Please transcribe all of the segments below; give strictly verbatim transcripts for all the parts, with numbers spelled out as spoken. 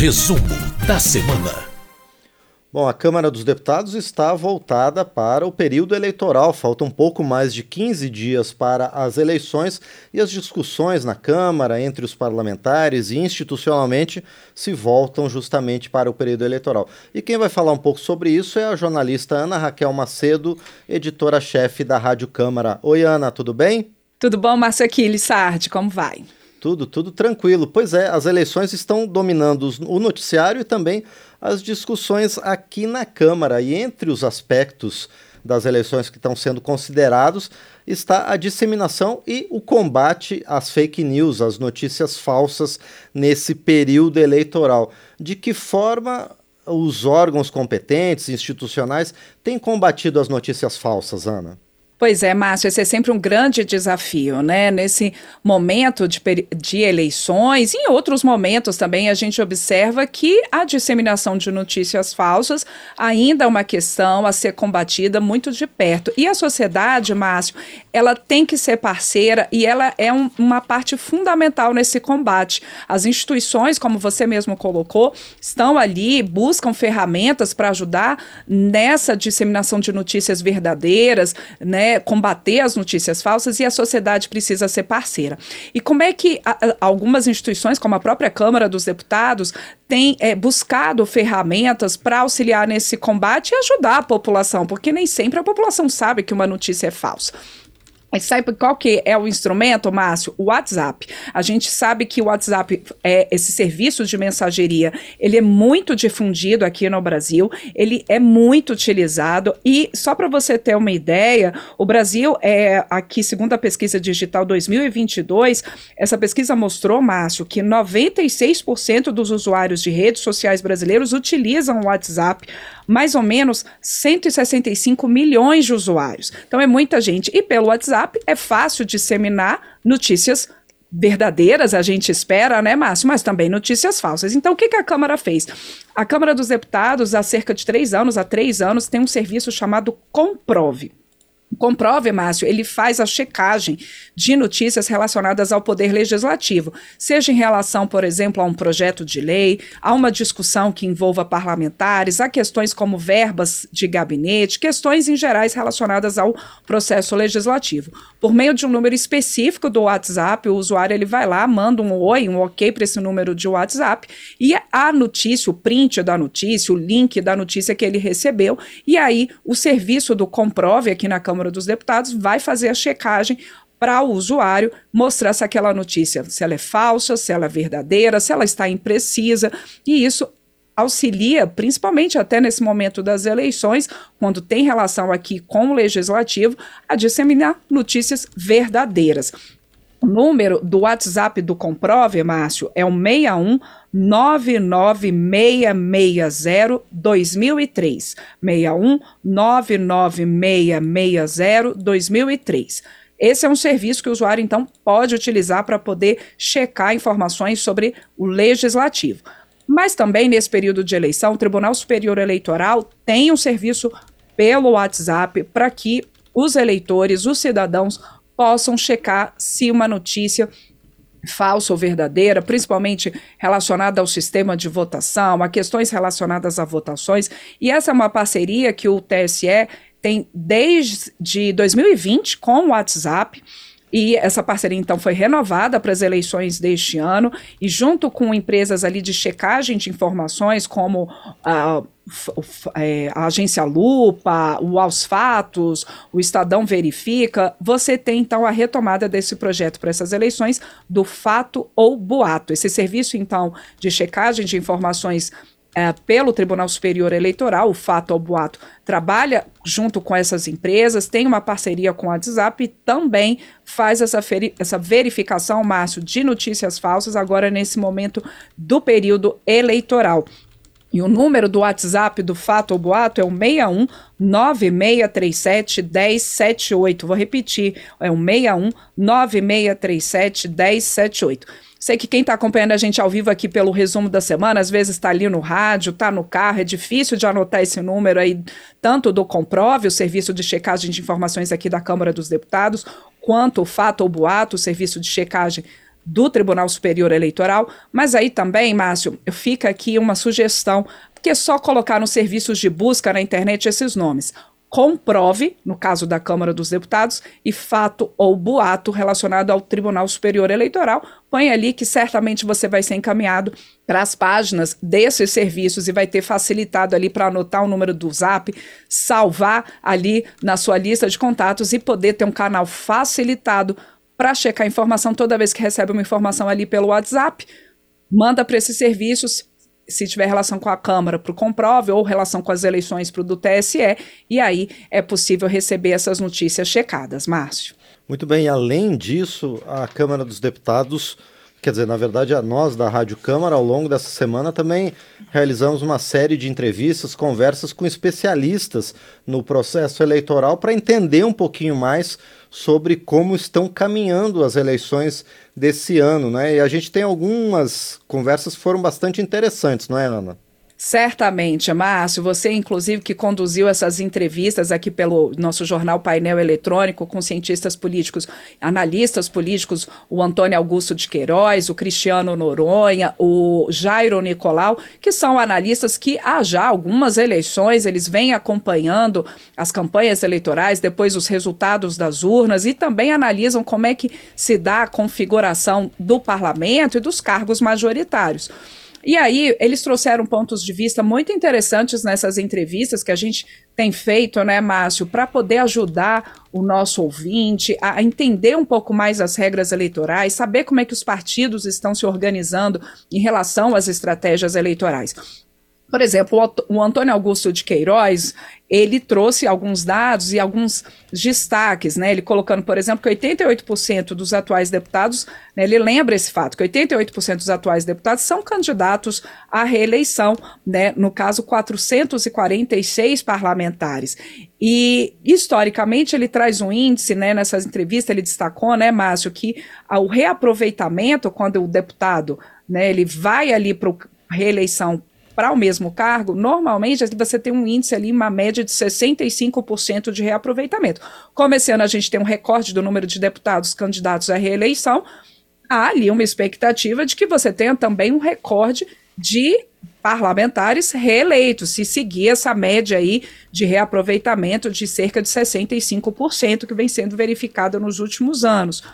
Resumo da semana. Bom, a Câmara dos Deputados está voltada para o período eleitoral. Faltam um pouco mais de quinze dias para as eleições e as discussões na Câmara, entre os parlamentares e institucionalmente, se voltam justamente para o período eleitoral. E quem vai falar um pouco sobre isso é a jornalista Ana Raquel Macedo, editora-chefe da Rádio Câmara. Oi, Ana, tudo bem? Tudo bom, Márcio Aquiles Sardi, como vai? Tudo, tudo tranquilo. Pois é, as eleições estão dominando o noticiário e também as discussões aqui na Câmara. E entre os aspectos das eleições que estão sendo considerados está a disseminação e o combate às fake news, às notícias falsas nesse período eleitoral. De que forma os órgãos competentes, institucionais, têm combatido as notícias falsas, Ana? Pois é, Márcio, esse é sempre um grande desafio, né? Nesse momento de, de eleições e em outros momentos também a gente observa que a disseminação de notícias falsas ainda é uma questão a ser combatida muito de perto. E a sociedade, Márcio, ela tem que ser parceira e ela é um, uma parte fundamental nesse combate. As instituições, como você mesmo colocou, estão ali, buscam ferramentas para ajudar nessa disseminação de notícias verdadeiras, né? Combater as notícias falsas, e a sociedade precisa ser parceira. E como é que a, a, algumas instituições, como a própria Câmara dos Deputados, têm é, buscado ferramentas para auxiliar nesse combate e ajudar a população, porque nem sempre a população sabe que uma notícia é falsa. Mas sabe qual que é o instrumento, Márcio? O WhatsApp. A gente sabe que o WhatsApp, é, esse serviço de mensageria, ele é muito difundido aqui no Brasil, ele é muito utilizado e, só para você ter uma ideia, o Brasil, é, aqui segundo a Pesquisa Digital dois mil e vinte e dois, essa pesquisa mostrou, Márcio, que noventa e seis por cento dos usuários de redes sociais brasileiros utilizam o WhatsApp, mais ou menos cento e sessenta e cinco milhões de usuários. Então é muita gente. E pelo WhatsApp é fácil disseminar notícias verdadeiras, a gente espera, né, Márcio? Mas também notícias falsas. Então, o que, que a Câmara fez? A Câmara dos Deputados, há cerca de três anos, há três anos, tem um serviço chamado Comprove. Comprove, Márcio, ele faz a checagem de notícias relacionadas ao Poder Legislativo, seja em relação, por exemplo, a um projeto de lei, a uma discussão que envolva parlamentares, a questões como verbas de gabinete, questões em gerais relacionadas ao processo legislativo. Por meio de um número específico do WhatsApp, o usuário ele vai lá, manda um oi, um ok para esse número de WhatsApp, e a notícia, o print da notícia, o link da notícia que ele recebeu, e aí o serviço do Comprove aqui na Câmara dos Deputados vai fazer a checagem para o usuário mostrar se aquela notícia, se ela é falsa, se ela é verdadeira, se ela está imprecisa, e isso auxilia, principalmente até nesse momento das eleições, quando tem relação aqui com o Legislativo, a disseminar notícias verdadeiras. O número do WhatsApp do Comprove, Márcio, é o seis um nove nove seis seis zero dois mil e três. seis um nove nove seis seis zero dois mil e três. Esse é um serviço que o usuário, então, pode utilizar para poder checar informações sobre o Legislativo. Mas também, nesse período de eleição, o Tribunal Superior Eleitoral tem um serviço pelo WhatsApp para que os eleitores, os cidadãos, possam checar se uma notícia falsa ou verdadeira, principalmente relacionada ao sistema de votação, a questões relacionadas a votações. E essa é uma parceria que o T S E tem desde dois mil e vinte com o WhatsApp. E essa parceria, então, foi renovada para as eleições deste ano, e junto com empresas ali de checagem de informações, como a, a Agência Lupa, o Aos Fatos, o Estadão Verifica, você tem, então, a retomada desse projeto para essas eleições do Fato ou Boato. Esse serviço, então, de checagem de informações É, pelo Tribunal Superior Eleitoral, o Fato ou Boato, trabalha junto com essas empresas, tem uma parceria com o WhatsApp e também faz essa, feri- essa verificação, Márcio, de notícias falsas agora nesse momento do período eleitoral. E o número do WhatsApp do Fato ou Boato é o seis um nove seis três sete um zero sete oito. Vou repetir, é o seis um nove seis três sete um zero sete oito. Sei que quem está acompanhando a gente ao vivo aqui pelo resumo da semana, às vezes está ali no rádio, está no carro, é difícil de anotar esse número aí, tanto do Comprove, o serviço de checagem de informações aqui da Câmara dos Deputados, quanto o Fato ou Boato, o serviço de checagem do Tribunal Superior Eleitoral, mas aí também, Márcio, fica aqui uma sugestão, porque é só colocar nos serviços de busca na internet esses nomes. Comprove, no caso da Câmara dos Deputados, e fato ou boato relacionado ao Tribunal Superior Eleitoral, põe ali que certamente você vai ser encaminhado para as páginas desses serviços e vai ter facilitado ali para anotar o número do Zap, salvar ali na sua lista de contatos e poder ter um canal facilitado para checar a informação toda vez que recebe uma informação ali pelo WhatsApp, manda para esses serviços. Se tiver relação com a Câmara, para o Comprove, ou relação com as eleições para o do T S E, e aí é possível receber essas notícias checadas. Márcio. Muito bem, além disso, a Câmara dos Deputados, quer dizer, na verdade, a nós da Rádio Câmara, ao longo dessa semana, também realizamos uma série de entrevistas, conversas com especialistas no processo eleitoral para entender um pouquinho mais sobre como estão caminhando as eleições desse ano, né? E a gente tem algumas conversas que foram bastante interessantes, não é, Ana? Certamente, Márcio, você inclusive que conduziu essas entrevistas aqui pelo nosso jornal Painel Eletrônico com cientistas políticos, analistas políticos, o Antônio Augusto de Queiroz, o Cristiano Noronha, o Jairo Nicolau, que são analistas que há já algumas eleições, eles vêm acompanhando as campanhas eleitorais, depois os resultados das urnas e também analisam como é que se dá a configuração do parlamento e dos cargos majoritários. E aí, eles trouxeram pontos de vista muito interessantes nessas entrevistas que a gente tem feito, né, Márcio, para poder ajudar o nosso ouvinte a entender um pouco mais as regras eleitorais, saber como é que os partidos estão se organizando em relação às estratégias eleitorais. Por exemplo, o Antônio Augusto de Queiroz, ele trouxe alguns dados e alguns destaques, né? Ele colocando, por exemplo, que oitenta e oito por cento dos atuais deputados, né, ele lembra esse fato, que oitenta e oito por cento dos atuais deputados são candidatos à reeleição, né? No caso, quatrocentos e quarenta e seis parlamentares. E, historicamente, ele traz um índice, né, nessas entrevistas, ele destacou, né, Márcio, que o reaproveitamento, quando o deputado, né, ele vai ali para a reeleição para o mesmo cargo, normalmente você tem um índice ali, uma média de sessenta e cinco por cento de reaproveitamento. Como esse ano a gente tem um recorde do número de deputados candidatos à reeleição, há ali uma expectativa de que você tenha também um recorde de parlamentares reeleitos, se seguir essa média aí de reaproveitamento de cerca de sessenta e cinco por cento que vem sendo verificada nos últimos anos.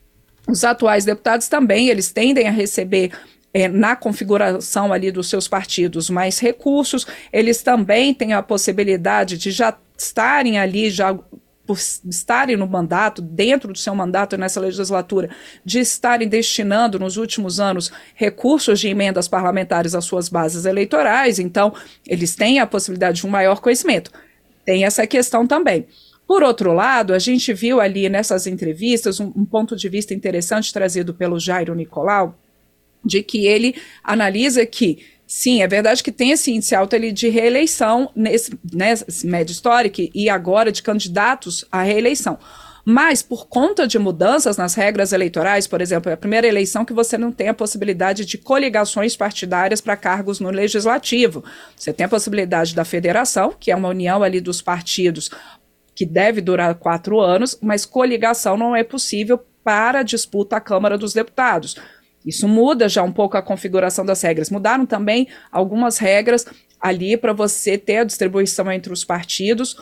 Os atuais deputados também, eles tendem a receber É, na configuração ali dos seus partidos mais recursos, eles também têm a possibilidade de já estarem ali, já por estarem no mandato, dentro do seu mandato nessa legislatura, de estarem destinando nos últimos anos recursos de emendas parlamentares às suas bases eleitorais, então eles têm a possibilidade de um maior conhecimento. Tem essa questão também. Por outro lado, a gente viu ali nessas entrevistas um, um ponto de vista interessante trazido pelo Jairo Nicolau, de que ele analisa que, sim, é verdade que tem esse índice alto ali de reeleição, nesse, nessa média histórica e agora de candidatos à reeleição. Mas, por conta de mudanças nas regras eleitorais, por exemplo, é a primeira eleição que você não tem a possibilidade de coligações partidárias para cargos no legislativo. Você tem a possibilidade da federação, que é uma união ali dos partidos que deve durar quatro anos, mas coligação não é possível para a disputa à Câmara dos Deputados. Isso muda já um pouco a configuração das regras. Mudaram também algumas regras ali para você ter a distribuição entre os partidos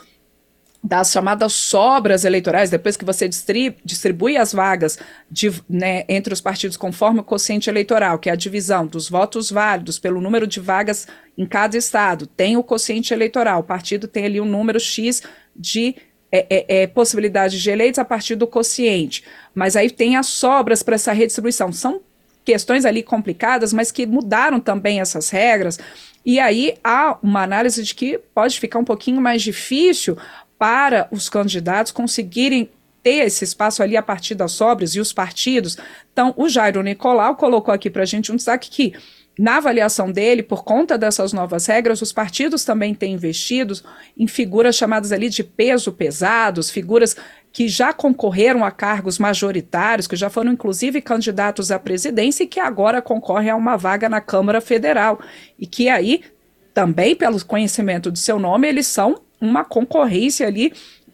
das chamadas sobras eleitorais, depois que você distribui as vagas de, né, entre os partidos conforme o quociente eleitoral, que é a divisão dos votos válidos pelo número de vagas em cada estado. Tem o quociente eleitoral, o partido tem ali um número X de É, é, é, possibilidades de eleitos a partir do quociente, mas aí tem as sobras para essa redistribuição. São questões ali complicadas, mas que mudaram também essas regras, e aí há uma análise de que pode ficar um pouquinho mais difícil para os candidatos conseguirem ter esse espaço ali a partir das sobras e os partidos. Então, o Jairo Nicolau colocou aqui para a gente um destaque que, na avaliação dele, por conta dessas novas regras, os partidos também têm investido em figuras chamadas ali de peso pesados, figuras que já concorreram a cargos majoritários, que já foram inclusive candidatos à presidência e que agora concorrem a uma vaga na Câmara Federal. E que aí, também pelo conhecimento do seu nome, eles são uma concorrência ali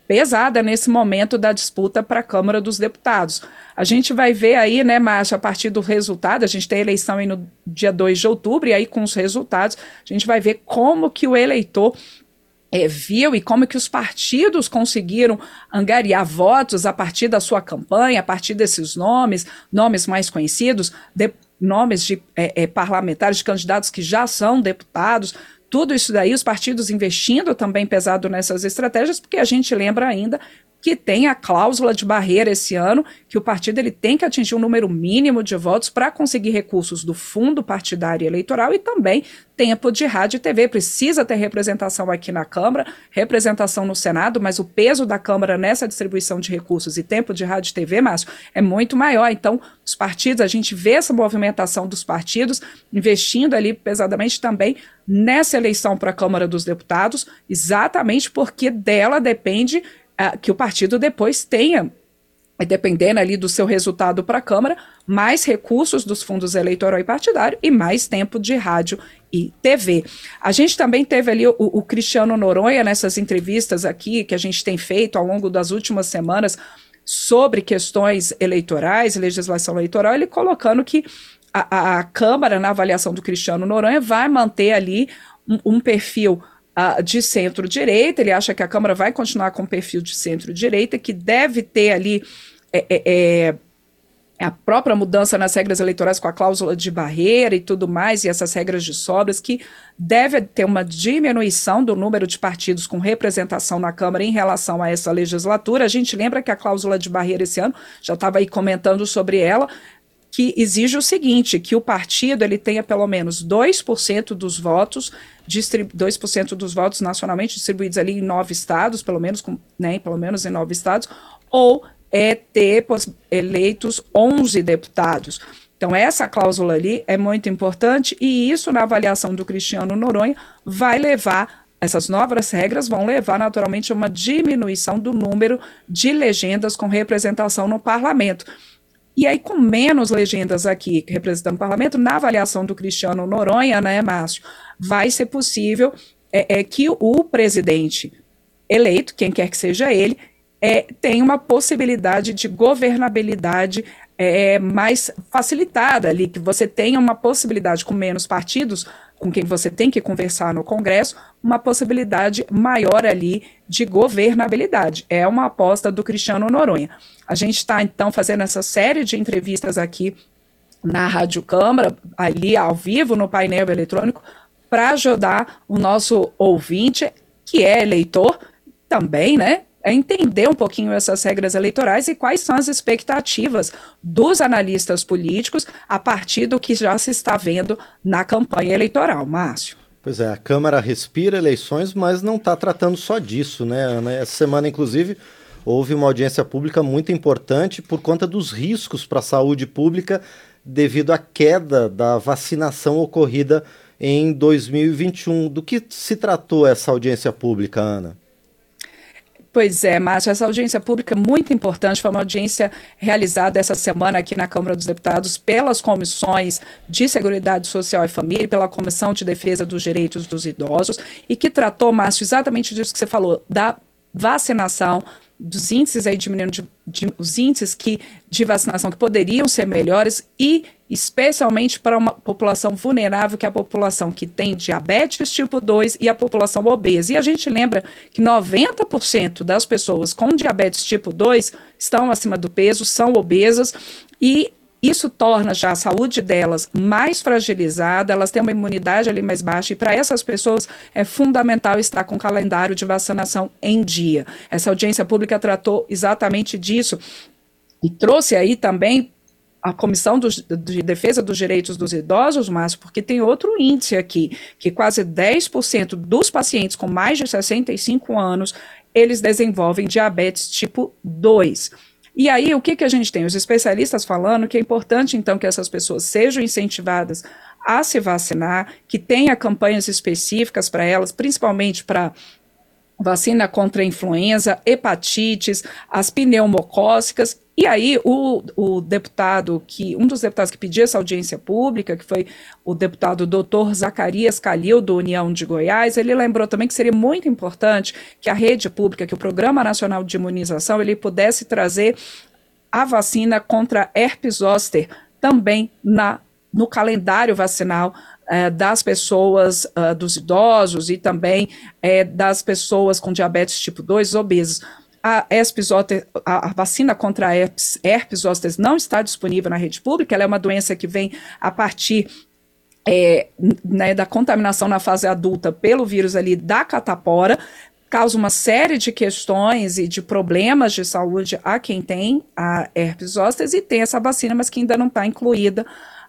pesada nesse momento da disputa para a Câmara dos Deputados. A gente vai ver aí, né, Márcia, a partir do resultado, a gente tem a eleição aí no dia dois de outubro, e aí com os resultados a gente vai ver como que o eleitor é, viu e como que os partidos conseguiram angariar votos a partir da sua campanha, a partir desses nomes, nomes mais conhecidos, de, nomes de é, é, parlamentares, de candidatos que já são deputados. Tudo isso daí, os partidos investindo também pesado nessas estratégias, porque a gente lembra ainda que tem a cláusula de barreira esse ano, que o partido ele tem que atingir um número mínimo de votos para conseguir recursos do fundo partidário eleitoral e também tempo de rádio e T V. Precisa ter representação aqui na Câmara, representação no Senado, mas o peso da Câmara nessa distribuição de recursos e tempo de rádio e T V, Márcio, é muito maior. Então, os partidos, a gente vê essa movimentação dos partidos investindo ali pesadamente também nessa eleição para a Câmara dos Deputados, exatamente porque dela depende uh, que o partido depois tenha, dependendo ali do seu resultado para a Câmara, mais recursos dos fundos eleitoral e partidário e mais tempo de rádio e T V. A gente também teve ali o, o Cristiano Noronha nessas entrevistas aqui que a gente tem feito ao longo das últimas semanas sobre questões eleitorais, legislação eleitoral, ele colocando que a, a, a Câmara, na avaliação do Cristiano Noronha, vai manter ali um, um perfil uh, de centro-direita. Ele acha que a Câmara vai continuar com um perfil de centro-direita, que deve ter ali é, é, é, a própria mudança nas regras eleitorais com a cláusula de barreira e tudo mais, e essas regras de sobras, que deve ter uma diminuição do número de partidos com representação na Câmara em relação a essa legislatura. A gente lembra que a cláusula de barreira esse ano, já estava aí comentando sobre ela, que exige o seguinte, que o partido ele tenha pelo menos dois por cento dos votos, dois por cento dos votos nacionalmente distribuídos ali em nove estados, pelo menos, com, né, pelo menos em nove estados, ou é ter eleitos onze deputados. Então, essa cláusula ali é muito importante e isso, na avaliação do Cristiano Noronha, vai levar, essas novas regras vão levar naturalmente a uma diminuição do número de legendas com representação no parlamento. E aí, com menos legendas aqui representando o parlamento, na avaliação do Cristiano Noronha, né, Márcio, vai ser possível é, é, que o presidente eleito, quem quer que seja ele, é, tenha uma possibilidade de governabilidade é, mais facilitada ali, que você tenha uma possibilidade com menos partidos, com quem você tem que conversar no Congresso, uma possibilidade maior ali de governabilidade. É uma aposta do Cristiano Noronha. A gente está, então, fazendo essa série de entrevistas aqui na Rádio Câmara, ali ao vivo, no painel eletrônico, para ajudar o nosso ouvinte, que é eleitor também, né, a entender um pouquinho essas regras eleitorais e quais são as expectativas dos analistas políticos a partir do que já se está vendo na campanha eleitoral. Márcio. Pois é, a Câmara respira eleições, mas não está tratando só disso, né, Ana? Essa semana, inclusive, houve uma audiência pública muito importante por conta dos riscos para a saúde pública devido à queda da vacinação ocorrida em dois mil e vinte e um. Do que se tratou essa audiência pública, Ana? Pois é, Márcio, essa audiência pública é muito importante, foi uma audiência realizada essa semana aqui na Câmara dos Deputados pelas comissões de Seguridade Social e Família e pela Comissão de Defesa dos Direitos dos Idosos, e que tratou, Márcio, exatamente disso que você falou, da vacinação, dos índices aí diminuindo, de, de, os índices que, de vacinação que poderiam ser melhores e especialmente para uma população vulnerável, que é a população que tem diabetes tipo dois e a população obesa. E a gente lembra que noventa por cento das pessoas com diabetes tipo dois estão acima do peso, são obesas, e isso torna já a saúde delas mais fragilizada, elas têm uma imunidade ali mais baixa, e para essas pessoas é fundamental estar com o calendário de vacinação em dia. Essa audiência pública tratou exatamente disso e trouxe aí também a Comissão do, de Defesa dos Direitos dos Idosos, Márcio, porque tem outro índice aqui, que quase dez por cento dos pacientes com mais de sessenta e cinco anos, eles desenvolvem diabetes tipo dois. E aí, o que, que a gente tem? Os especialistas falando que é importante, então, que essas pessoas sejam incentivadas a se vacinar, que tenha campanhas específicas para elas, principalmente para vacina contra a influenza, hepatites, as pneumocócicas E aí, o, o deputado, que um dos deputados que pediu essa audiência pública, que foi o deputado doutor Zacarias Calil, do União de Goiás, ele lembrou também que seria muito importante que a rede pública, que o Programa Nacional de Imunização, ele pudesse trazer a vacina contra herpes zoster também na, no calendário vacinal eh, das pessoas, uh, dos idosos e também eh, das pessoas com diabetes tipo dois, obesos. A, herpes zoster, a, a vacina contra a herpes, herpes zoster não está disponível na rede pública, ela é uma doença que vem a partir é, né, da contaminação na fase adulta pelo vírus ali da catapora, causa uma série de questões e de problemas de saúde a quem tem a herpes zoster e tem essa vacina, mas que ainda não está incluída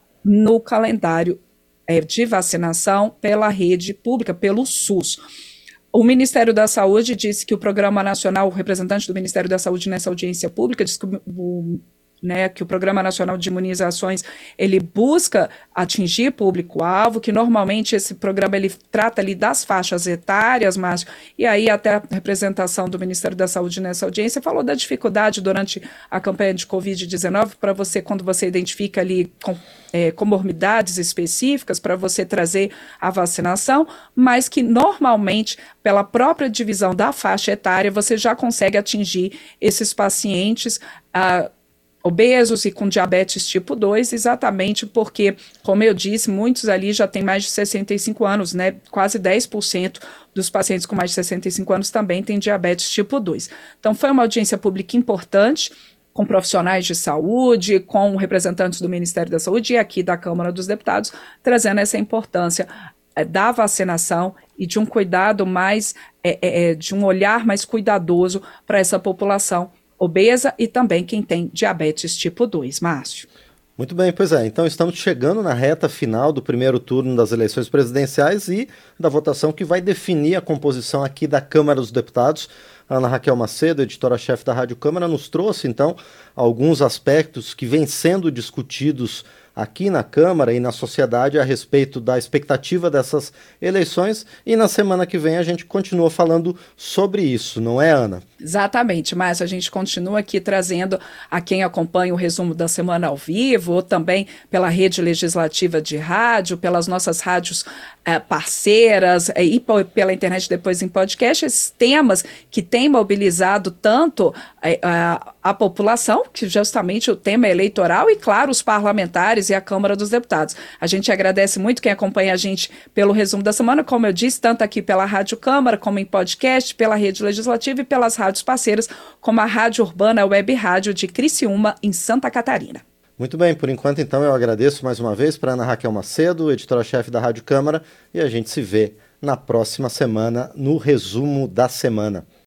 no calendário é, de vacinação pela rede pública, pelo SUS. O Ministério da Saúde disse que o Programa Nacional, o representante do Ministério da Saúde nessa audiência pública, disse que o, né, que o Programa Nacional de Imunizações, ele busca atingir público-alvo, que normalmente esse programa ele trata ali das faixas etárias, Márcio, e aí até a representação do Ministério da Saúde nessa audiência falou da dificuldade durante a campanha de covid dezenove para você, quando você identifica ali com, é, comorbidades específicas, para você trazer a vacinação, mas que normalmente, pela própria divisão da faixa etária, você já consegue atingir esses pacientes ah, obesos e com diabetes tipo dois, exatamente porque, como eu disse, muitos ali já têm mais de sessenta e cinco anos, né? Quase dez por cento dos pacientes com mais de sessenta e cinco anos também têm diabetes tipo dois. Então, foi uma audiência pública importante, com profissionais de saúde, com representantes do Ministério da Saúde e aqui da Câmara dos Deputados, trazendo essa importância é, da vacinação e de um cuidado mais, é, é, de um olhar mais cuidadoso para essa população obesa e também quem tem diabetes tipo dois, Márcio. Muito bem, pois é, então estamos chegando na reta final do primeiro turno das eleições presidenciais e da votação que vai definir a composição aqui da Câmara dos Deputados. A Ana Raquel Macedo, editora-chefe da Rádio Câmara, nos trouxe então alguns aspectos que vêm sendo discutidos aqui na Câmara e na sociedade a respeito da expectativa dessas eleições, e na semana que vem a gente continua falando sobre isso, não é, Ana? Exatamente, mas a gente continua aqui trazendo a quem acompanha o resumo da semana ao vivo, ou também pela rede legislativa de rádio, pelas nossas rádios eh, parceiras eh, e pela internet depois em podcast, esses temas que têm mobilizado tanto eh, a, a população, que justamente o tema é eleitoral, e claro, os parlamentares e a Câmara dos Deputados. A gente agradece muito quem acompanha a gente pelo resumo da semana, como eu disse, tanto aqui pela Rádio Câmara, como em podcast, pela rede legislativa e pelas rádios parceiras, como a Rádio Urbana Web Rádio de Criciúma, em Santa Catarina. Muito bem, por enquanto então eu agradeço mais uma vez para Ana Raquel Macedo, editora-chefe da Rádio Câmara, e a gente se vê na próxima semana no resumo da semana.